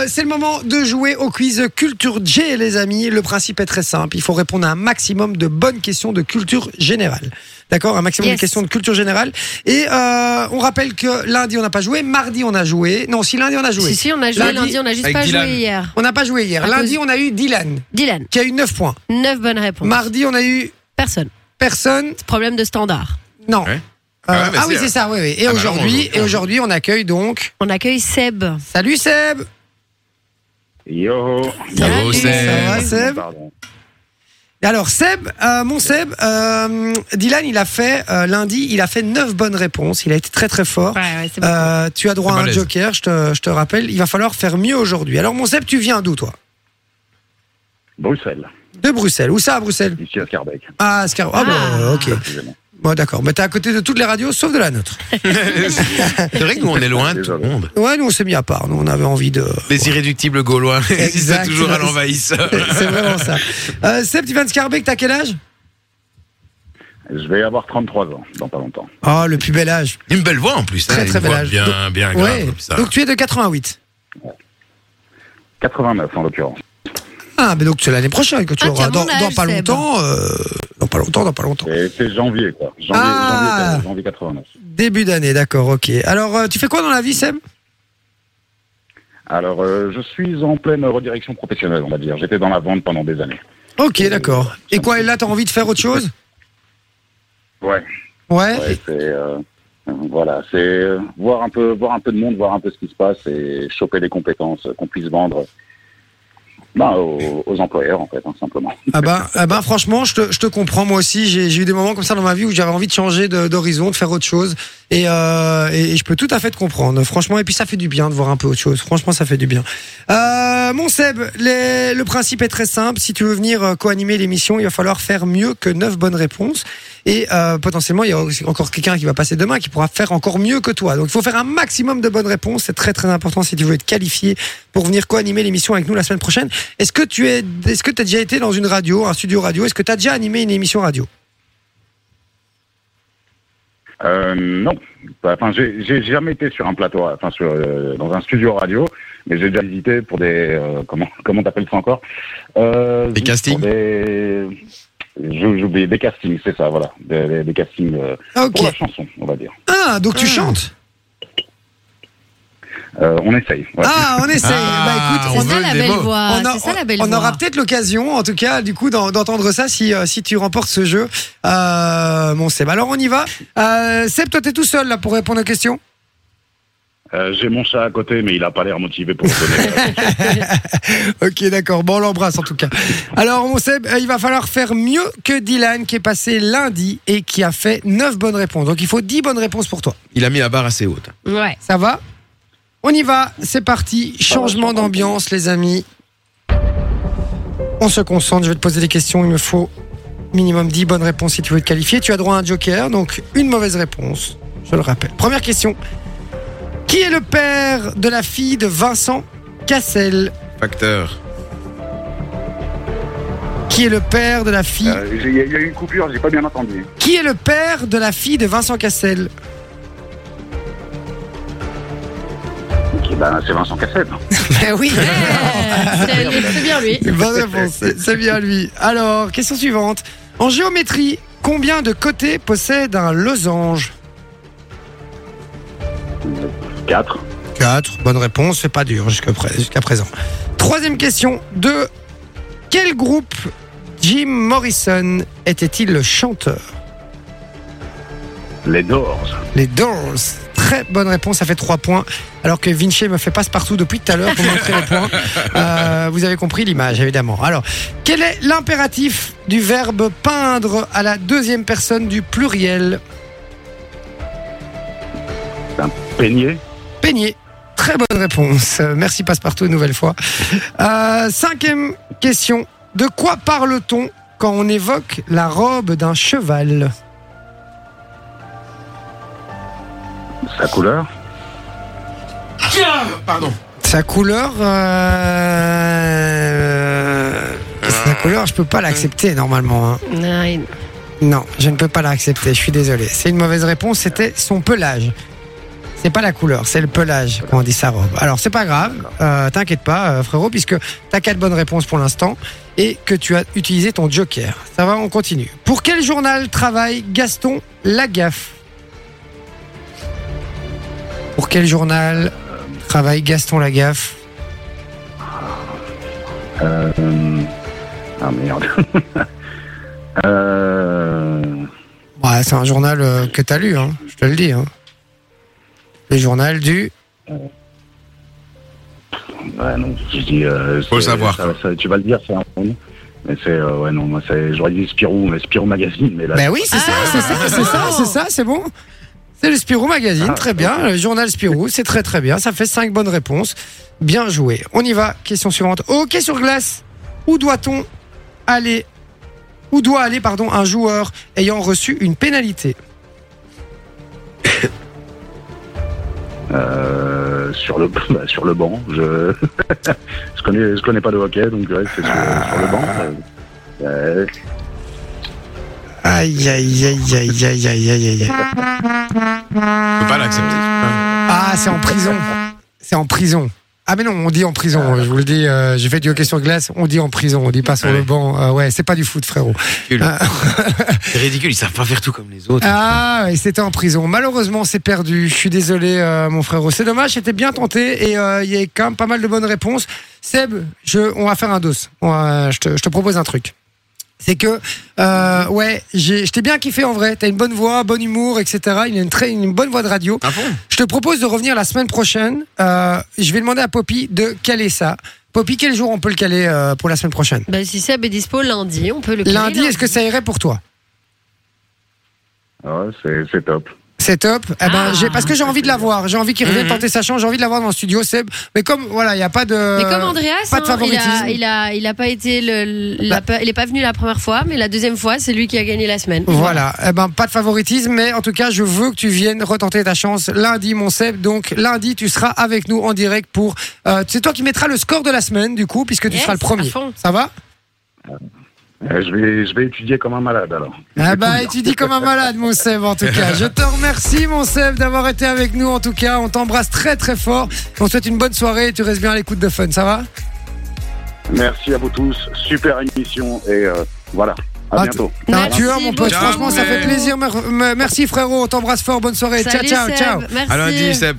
c'est le moment de jouer au quiz Culture G, les amis. Le principe est très simple. Il faut répondre à un maximum de bonnes questions de culture générale. D'accord, un maximum de questions de culture générale. Et on rappelle que lundi, on n'a pas joué. Mardi, on a joué. Non, si lundi, on a joué. Si, on a joué. Lundi, on n'a juste pas joué hier. On n'a pas joué hier. Lundi, on a eu Dylan. Qui a eu 9 points. 9 bonnes réponses. Mardi, on a eu... Personne. Problème de standard. Non. Ouais. Oui, c'est ça, oui. Et aujourd'hui, on accueille donc... On accueille Seb. Salut Seb. Yo. Salut Seb. Ça va, Seb? Pardon. Alors Seb, mon Seb, Dylan, il a fait lundi, il a fait 9 bonnes réponses. Il a été très très fort. Ouais, c'est bon. Tu as droit à un balèze. joker, je te rappelle. Il va falloir faire mieux aujourd'hui. Alors mon Seb, tu viens d'où toi? Bruxelles. De Bruxelles. Où ça à Bruxelles? Ici à Scarbeck. Ah, bon, ok. Précisément. Bon, d'accord. Mais t'es à côté de toutes les radios, sauf de la nôtre. C'est vrai que nous, on est loin de tout le monde. Ouais, nous on s'est mis à part. Nous on avait envie de. Les irréductibles gaulois, c'est toujours à l'envahisseur. C'est vraiment ça. Seb, tu viens de Scarbeck, t'as quel âge? Je vais avoir 33 ans dans pas longtemps. Oh, le plus bel âge. Une belle voix en plus. Très, hein, très une bel voix âge. bien grave Ouais. comme ça. Donc tu es de 88. 89 en l'occurrence. Ah, mais donc c'est l'année prochaine que tu Ah, auras. tu as mon âge, Dans pas Seb. longtemps. Dans pas longtemps. Et c'est janvier, quoi. Janvier 89. Début d'année, d'accord, ok. Alors, tu fais quoi dans la vie, Seb? Alors, je suis en pleine redirection professionnelle, on va dire. J'étais dans la vente pendant des années. Ok, d'accord. Et quoi, et là, t'as envie de faire autre chose? Ouais. Ouais. C'est voilà, c'est voir un peu de monde, voir un peu ce qui se passe et choper des compétences qu'on puisse vendre. Aux employeurs, en fait, simplement. Ah ben, franchement, je te comprends. Moi aussi, j'ai eu des moments comme ça dans ma vie où j'avais envie de changer d'horizon, de faire autre chose. Et je peux tout à fait te comprendre. Franchement, et puis ça fait du bien de voir un peu autre chose. Franchement, ça fait du bien. Mon Seb, le principe est très simple. Si tu veux venir co-animer l'émission, il va falloir faire mieux que 9 bonnes réponses. Et potentiellement, il y a encore quelqu'un qui va passer demain qui pourra faire encore mieux que toi. Donc, il faut faire un maximum de bonnes réponses. C'est très, très important si tu veux être qualifié pour venir co-animer l'émission avec nous la semaine prochaine. Est-ce que tu as déjà été dans une radio, un studio radio? Est-ce que tu as déjà animé une émission radio? Non. Enfin, j'ai jamais été sur un plateau, dans un studio radio, mais j'ai déjà visité pour des, comment t'appelles ça encore? Des castings? J'oublie, des castings, c'est ça, voilà. Des castings pour la chanson, on va dire. Ah, donc tu chantes? On essaye. Ouais. Ah, on essaye. On C'est ça veut la des belle mots. voix. C'est ça la belle on voix. aura peut-être l'occasion, en tout cas, du coup, d'entendre ça si tu remportes ce jeu, mon Seb. Alors, on y va. Seb, toi, t'es tout seul là pour répondre aux questions? J'ai mon chat à côté, mais il a pas l'air motivé pour me donner. Ok, d'accord. Bon, on l'embrasse en tout cas. Alors, mon Seb, il va falloir faire mieux que Dylan qui est passé lundi et qui a fait 9 bonnes réponses. Donc, il faut 10 bonnes réponses pour toi. Il a mis la barre assez haute. Ouais. Ça va? On y va, c'est parti. Changement d'ambiance, les amis. On se concentre, je vais te poser des questions. Il me faut minimum 10 bonnes réponses si tu veux te qualifier. Tu as droit à un joker, donc une mauvaise réponse, je le rappelle. Première question. Qui est le père de la fille de Vincent Cassel? Facteur. Qui est le père de la fille... Il y a eu une coupure, j'ai pas bien entendu. Qui est le père de la fille de Vincent Cassel? Ok, c'est Vincent Cassel. Ben oui. C'est bien lui. Bonne réponse, c'est bien lui. Alors, question suivante. En géométrie, combien de côtés possède un losange? 4. 4, bonne réponse, c'est pas dur jusqu'à présent. Troisième question. De quel groupe Jim Morrison était-il le chanteur? Les Doors. Les Doors. Très bonne réponse, ça fait 3 points. Alors que Vinci me fait passe-partout depuis tout à l'heure pour montrer les points. Vous avez compris l'image, évidemment. Alors, quel est l'impératif du verbe peindre à la deuxième personne du pluriel? Un peigné. Peigner. Très bonne réponse. Merci passe-partout une nouvelle fois. 5e question. De quoi parle-t-on quand on évoque la robe d'un cheval? Sa couleur. Pardon. Sa couleur, sa couleur, je peux pas l'accepter normalement. Hein. Non, je ne peux pas l'accepter. Je suis désolé. C'est une mauvaise réponse. C'était son pelage. C'est pas la couleur, c'est le pelage quand on dit sa robe. Alors c'est pas grave, t'inquiète pas frérot, puisque t'as 4 bonnes réponses pour l'instant et que tu as utilisé ton joker. Ça va, on continue. Pour quel journal travaille Gaston Lagaffe? Pour quel journal travaille Gaston Lagaffe? Ah merde. Ouais, c'est un journal que t'as lu, hein, je te le dis. Hein. Le journal du... Ouais, non, je dis... Faut le savoir. Tu vas le dire, c'est un nom. Mais c'est... ouais, non, moi, j'aurais dit Spirou, mais Spirou Magazine. Mais là, Ben oui, c'est ça, c'est bon. C'est le Spirou Magazine, très bien. Le journal Spirou, c'est très très bien. Ça fait 5 bonnes réponses. Bien joué. On y va. Question suivante. Hockey sur glace. Où doit aller, un joueur ayant reçu une pénalité? sur le banc. Je connais pas de hockey, donc ouais, c'est sur le banc. Aïe. On peut pas l'accepter. Ah, c'est en prison. C'est en prison. Ah mais non, on dit en prison, je vous le dis, j'ai fait du hockey sur glace, on dit en prison, on dit pas sur le banc. Ouais, c'est pas du foot, frérot. C'est ridicule, ils savent pas faire tout comme les autres. Ah, et c'était en prison. Malheureusement, c'est perdu. Je suis désolé, mon frérot. C'est dommage, c'était bien tenté et il y a quand même pas mal de bonnes réponses. Seb, on va faire un dos. Je te propose un truc. C'est que, ouais, je t'ai bien kiffé en vrai. T'as une bonne voix, bon humour, etc. Il a une bonne voix de radio. Ah bon? Je te propose de revenir la semaine prochaine. Je vais demander à Poppy de caler ça. Poppy, quel jour on peut le caler pour la semaine prochaine? Bah, si Seb est dispo lundi, on peut le caler. Lundi, est-ce que ça irait pour toi? Ouais, c'est top. C'est top. Eh ben, parce que j'ai envie de la voir. J'ai envie qu'il revienne tenter sa chance. J'ai envie de la voir dans le studio, Seb. Mais comme, voilà, il n'y a pas de. Mais comme Andreas, pas de favoritisme. il a pas été il est pas venu la première fois, mais la deuxième fois, c'est lui qui a gagné la semaine. Voilà. Eh ben, pas de favoritisme, mais en tout cas, je veux que tu viennes retenter ta chance lundi, mon Seb. Donc, lundi, tu seras avec nous en direct pour, c'est toi qui mettras le score de la semaine, du coup, puisque tu seras le premier. Ça va? Je vais étudier comme un malade alors. Ah bah étudie comme un malade mon Seb en tout cas. Je te remercie mon Seb d'avoir été avec nous en tout cas. On t'embrasse très très fort. On te souhaite une bonne soirée et tu restes bien à l'écoute de Fun, ça va? Merci à vous tous, super émission et voilà, à bientôt. T'es un tueur mon pote, Ciao, franchement ça fait plaisir. Merci frérot, on t'embrasse fort, bonne soirée. Salut, ciao. Merci. À lundi, Seb.